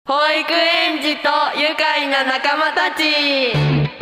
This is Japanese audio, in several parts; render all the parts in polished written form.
保育園児と愉快な仲間たち。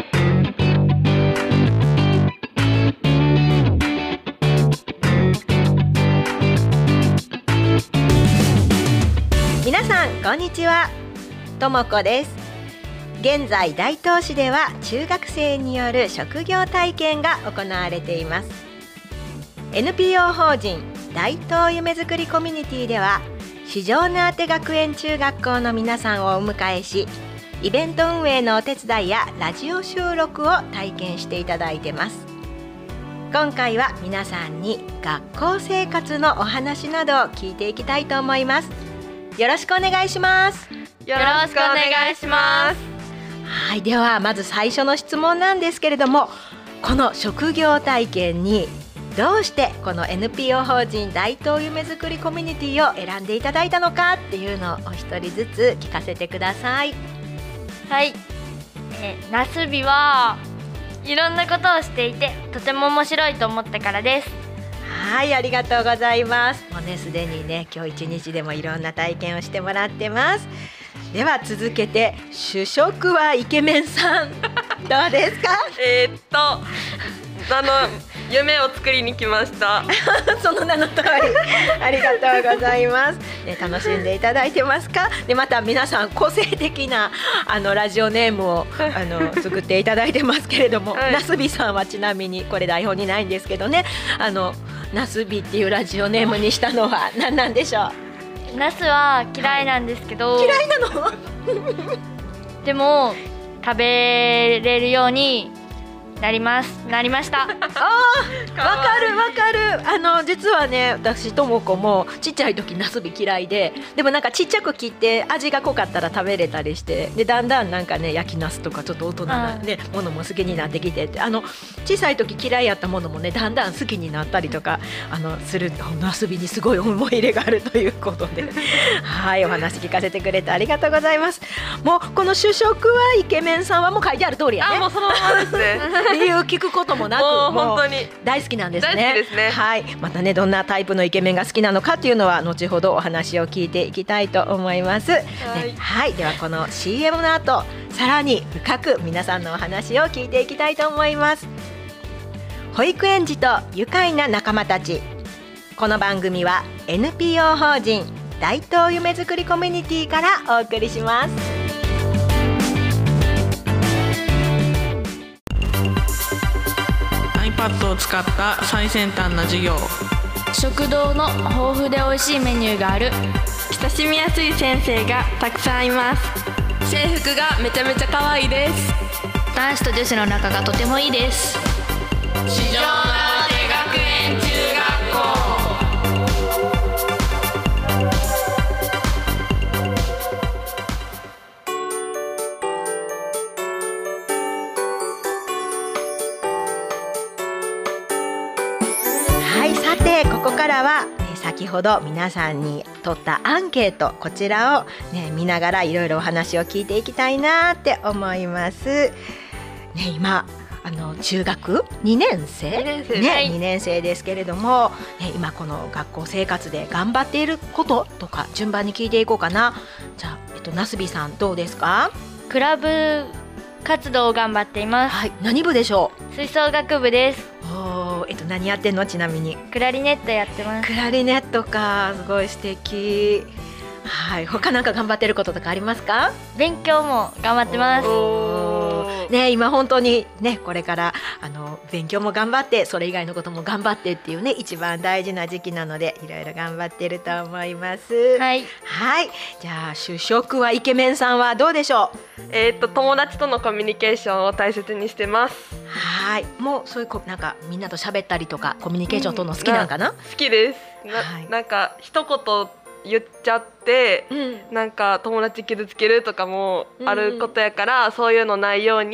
皆さんこんにちは、ともこです。現在大東市では中学生による職業体験が行われています。 NPO 法人大東夢づくりコミュニティでは四条畷学園中学校の皆さんをお迎えし、イベント運営のお手伝いやラジオ収録を体験していただいてます。今回は皆さんに学校生活のお話などを聞いていきたいと思います。よろしくお願いします。 よろしくお願いします。 はい、ではまず最初の質問なんですけれども、この職業体験にどうしてこの NPO 法人大東夢づくりコミュニティを選んでいただいたのかっていうのをお一人ずつ聞かせてください。 はい、なすびはいろんなことをしていてとても面白いと思ったからです。 はい、ありがとうございます。もうね、すでにね、今日一日でもいろんな体験をしてもらってます。では続けて主食はイケメンさんどうですか？ 夢を作りに来ましたその名の通りありがとうございます、ね、楽しんでいただいてますか？でまた皆さん個性的なラジオネームを作っていただいてますけれども、 はい、 なすびさんはちなみにこれ台本にないんですけどね、なすびっていうラジオネームにしたのは何なんでしょう？ なすは嫌いなんですけど、 嫌いなのでも食べれるようになりましたわかる。実はね、私ともこもちっちゃい時なすび嫌いで、でもなんかちっちゃく切って味が濃かったら食べれたりして、でだんだんなんかね、焼きなすとかちょっと大人な、ね、ものも好きになってきて、小さい時嫌いやったものもね、だんだん好きになったりとかする。なすびにすごい思い入れがあるということではい、お話聞かせてくれてありがとうございます。もうこの主食はイケメンさんはもう書いてある通りやね。 もうそのままですね理由聞くこともなく、 もう本当に大好きなんですね。 大好きですね。 はい、またね、どんなタイプのイケメンが好きなのかっていうのは後ほどお話を聞いていきたいと思います。はい、ではこの CM の後、さらに深く皆さんのお話を聞いていきたいと思います。保育園児と愉快な仲間たち。この番組は NPO 法人大東夢づくりコミュニティからお送りします。 iPad を使った最先端な授業、 食堂の豊富で美味しいメニューがある。 親しみやすい先生がたくさんいます。制服がめちゃめちゃ可愛いです。 男子と女子の仲がとてもいいです。 四条畷学園中学校。 はい、さてここからは、先ほど皆さんに取ったアンケート、こちらを、見ながらいろいろお話を聞いていきたいなって思います。今中学2年生2年生ですけれども、今この学校生活で頑張っていることとか順番に聞いていこうかな。じゃあ、なすびさんどうですか？ クラブ活動を頑張っています。 はい、何部でしょう？ 吹奏楽部です。 何やってんの？ちなみにクラリネットやってます。 クラリネットか、すごい素敵。はい、他なんか頑張ってることとかありますか？ 勉強も頑張ってます。 今本当にね、これから勉強も頑張って、それ以外のことも頑張ってっていうね、一番大事な時期なのでいろいろ頑張ってると思います。 はい、 はい、じゃあ主食はイケメンさんはどうでしょう？ 友達とのコミュニケーションを大切にしてます。 はい、もうそういうなんかみんなと喋ったりとかコミュニケーション取るの好きなんかな？ 好きです。なんか一言言っちゃって、なんか友達傷つけるとかもあることやから、そういうのないように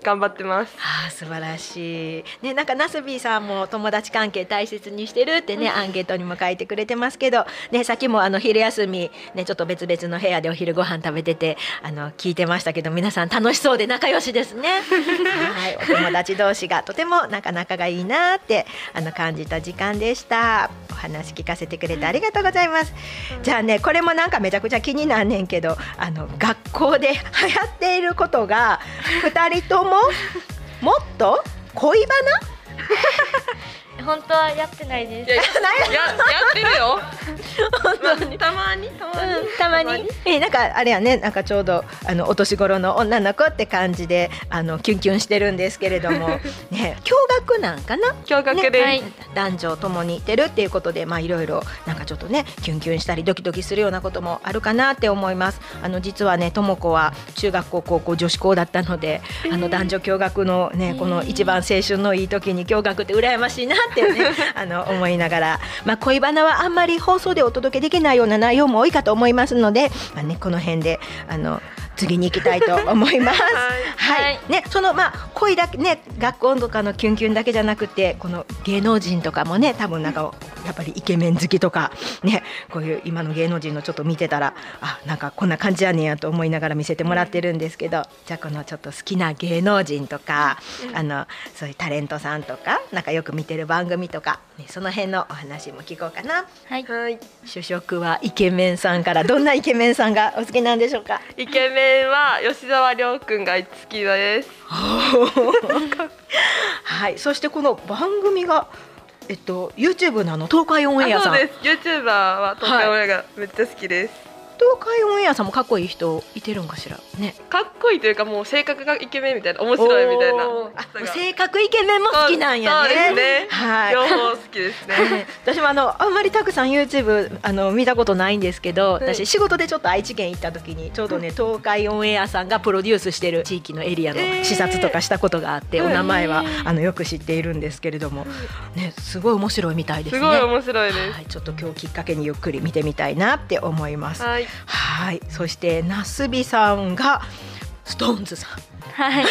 頑張ってます。 素晴らしい、ね、なんかナスビーさんも友達関係大切にしてるってね、アンケートにも書いてくれてますけど、ね、さっきも昼休み、ね、ちょっと別々の部屋でお昼ご飯食べてて聞いてましたけど、皆さん楽しそうで仲良しですねはい、お友達同士がとても仲がいいなって感じた時間でした。お話聞かせてくれてありがとうございます。じゃあね、これもなんかめちゃくちゃ気になんねんけど、学校で流行っていることが2人とももっと恋バナ本当はやってないです。 やってるよたまにたまになんかあれやね、なんかちょうどお年頃の女の子って感じでキュンキュンしてるんですけれどもね、共学なんかな、 共学で、 ね、男女ともにいてるっていうことで、いろいろなんかちょっとねキュンキュンしたりドキドキするようなこともあるかなって思います。実はね、とも子は中学校高校女子校だったので、男女共学のね、この一番青春のいい時に共学って羨ましいなってね思いながら、恋バナはあんまり放送でお届けできないような内容も多いかと思いますので、この辺で次に行きたいと思いますはいね、その恋だけね、学校とかのキュンキュンだけじゃなくて、この芸能人とかもね、多分なんかやっぱりイケメン好きとかね、こういう今の芸能人のちょっと見てたら、なんかこんな感じやねんやと思いながら見せてもらってるんですけど、じゃあこのちょっと好きな芸能人とか、そういうタレントさんとか、なんかよく見てる番組とか、ね、その辺のお話も聞こうかな。 はい、 主食はイケメンさんから、どんなイケメンさんがお好きなんでしょうか？ イケメンは吉沢亮君が好きですはい、そしてこの番組がYouTube の東海オンエアさん。 そうです。YouTuber は東海オンエアがめっちゃ好きです。 東海オンエアさんもかっこいい人いてるんかしらね。 かっこいいというか、もう性格がイケメンみたいな、面白いみたいな。 性格イケメンも好きなんやね。 そうですね。 はい。 両方好きですね。 私もあんまりたくさん YouTube 見たことないんですけど、私仕事でちょっと愛知県行った時にちょうどね、東海オンエアさんがプロデュースしてる地域のエリアの視察とかしたことがあって、お名前はよく知っているんですけれどもね、すごい面白いみたいですね。 すごい面白いです。 はい、ちょっと今日きっかけにゆっくり見てみたいなって思います。 はい。 はい、そしてなすびさんがストーンズさん。 はい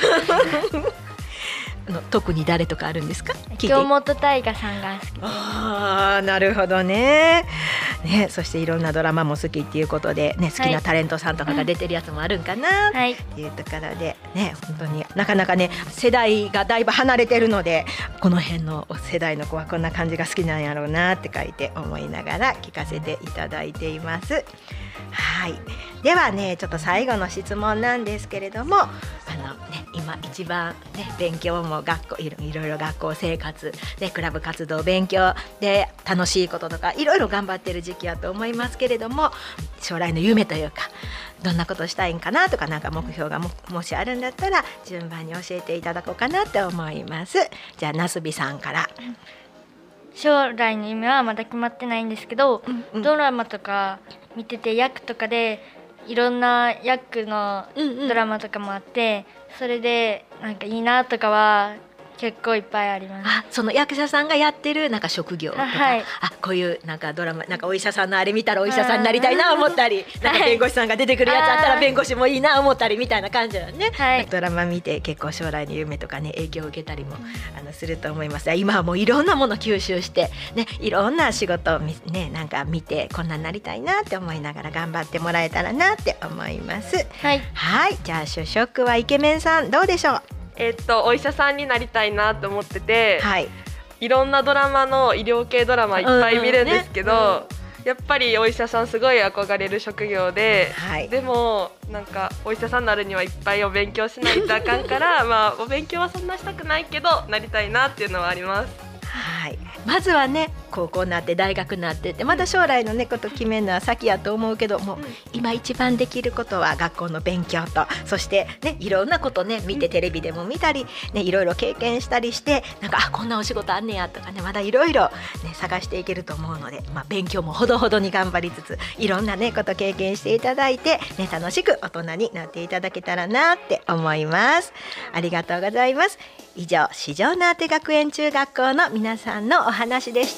特に誰とかあるんですか？ 京本大我さんが好きです。 なるほどね。ね、そしていろんなドラマも好きっていうことで、ね、好きなタレントさんとかが出てるやつもあるんかなっていうところで、ね、本当になかなかね、世代がだいぶ離れてるので、この辺の世代の子はこんな感じが好きなんやろうなって書いて思いながら聞かせていただいています。はい、ではね、ちょっと最後の質問なんですけれども、今一番ね、勉強もいろいろ学校生活でクラブ活動、勉強で楽しいこととかいろいろ頑張ってる時期やと思いますけれども、将来の夢というか、どんなことしたいんかなとか、なんか目標が もしあるんだったら順番に教えていただこうかなと思います。じゃあなすびさんから。 将来の夢はまだ決まってないんですけど、ドラマとか見てて役とかでいろんな役のドラマとかもあって、それでなんかいいなとかは結構いっぱいあります。 その役者さんがやってるなんか職業とか、こういうなんかドラマ、なんかお医者さんのあれ見たらお医者さんになりたいな思ったり、なんか弁護士さんが出てくるやつあったら弁護士もいいな思ったりみたいな感じだよね。ドラマ見て結構将来の夢とかね、影響を受けたりもすると思います。今はもういろんなもの吸収してね、いろんな仕事をね、なんか見てこんなになりたいなって思いながら頑張ってもらえたらなって思います。はい、じゃあ主食はイケメンさんどうでしょう？ お医者さんになりたいなと思ってて、いろんなドラマの医療系ドラマいっぱい見るんですけど、やっぱりお医者さんすごい憧れる職業で、でもなんかお医者さんになるにはいっぱいお勉強しないとあかんからお勉強はそんなしたくないけどなりたいなっていうのはあります。 まずはね、高校になって大学になってって、まだ将来のねこと決めるのは先やと思うけども、今一番できることは学校の勉強と、そしてね、いろんなことね見て、テレビでも見たりね、いろいろ経験したりして、なんかこんなお仕事あんねやとかね、まだいろいろね探していけると思うので、勉強もほどほどに頑張りつつ、いろんなねこと経験していただいてね、楽しく大人になっていただけたらなって思います。ありがとうございます。以上、四条名手学園中学校の皆さんのお話でした。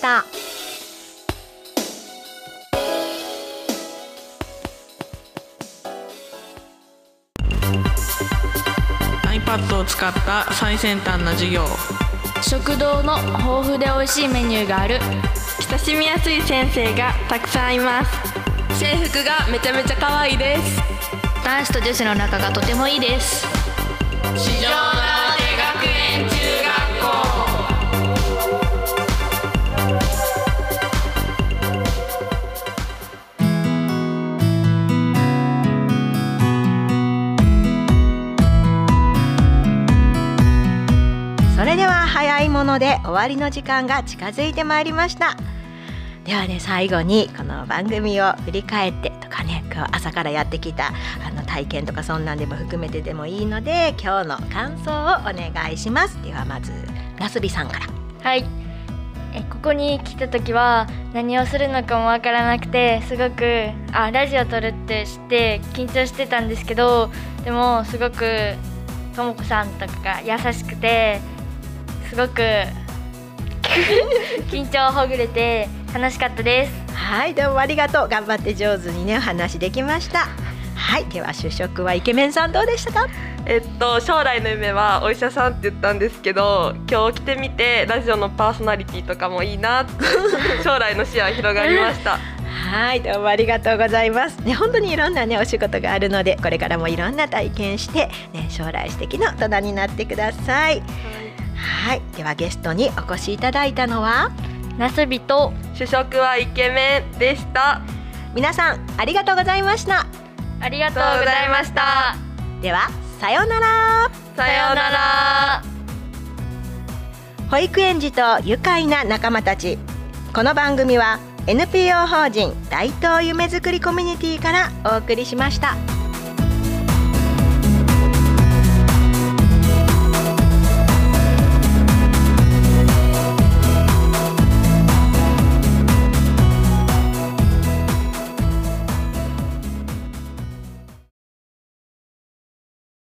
アイパ iPad を使った最先端な授業。 食堂の豊富で美味しいメニューがある。 親しみやすい先生がたくさんいます。制服がめちゃめちゃ可愛いです。 男子と女子の仲がとてもいいです。 四条畷学園中学校。 それでは早いもので終わりの時間が近づいてまいりました。ではね、最後にこの番組を振り返ってとかね、今日朝からやってきた体験とかそんなんでも含めてでもいいので、今日の感想をお願いします。ではまずなすびさんから。 はい、ここに来た時は何をするのかもわからなくて、すごくラジオ撮るって知って緊張してたんですけど、でもすごくともこさんとかが優しくて、すごく緊張ほぐれて楽しかったです。 はい、どうもありがとう。頑張って上手にねお話できました。はい、では主食はイケメンさんどうでしたか？ 将来の夢はお医者さんって言ったんですけど、今日来てみてラジオのパーソナリティとかもいいなって将来の視野広がりましたはい、どうもありがとうございます、ね、本当にいろんなねお仕事があるので、これからもいろんな体験して、ね、将来素敵な大人になってください。はい、ではゲストにお越しいただいたのはなすびと主食はイケメンでした。 皆さんありがとうございました。 ありがとうございました。 ではさようなら。 さようなら。 保育園児と愉快な仲間たち。この番組は NPO 法人大東夢づくりコミュニティからお送りしました。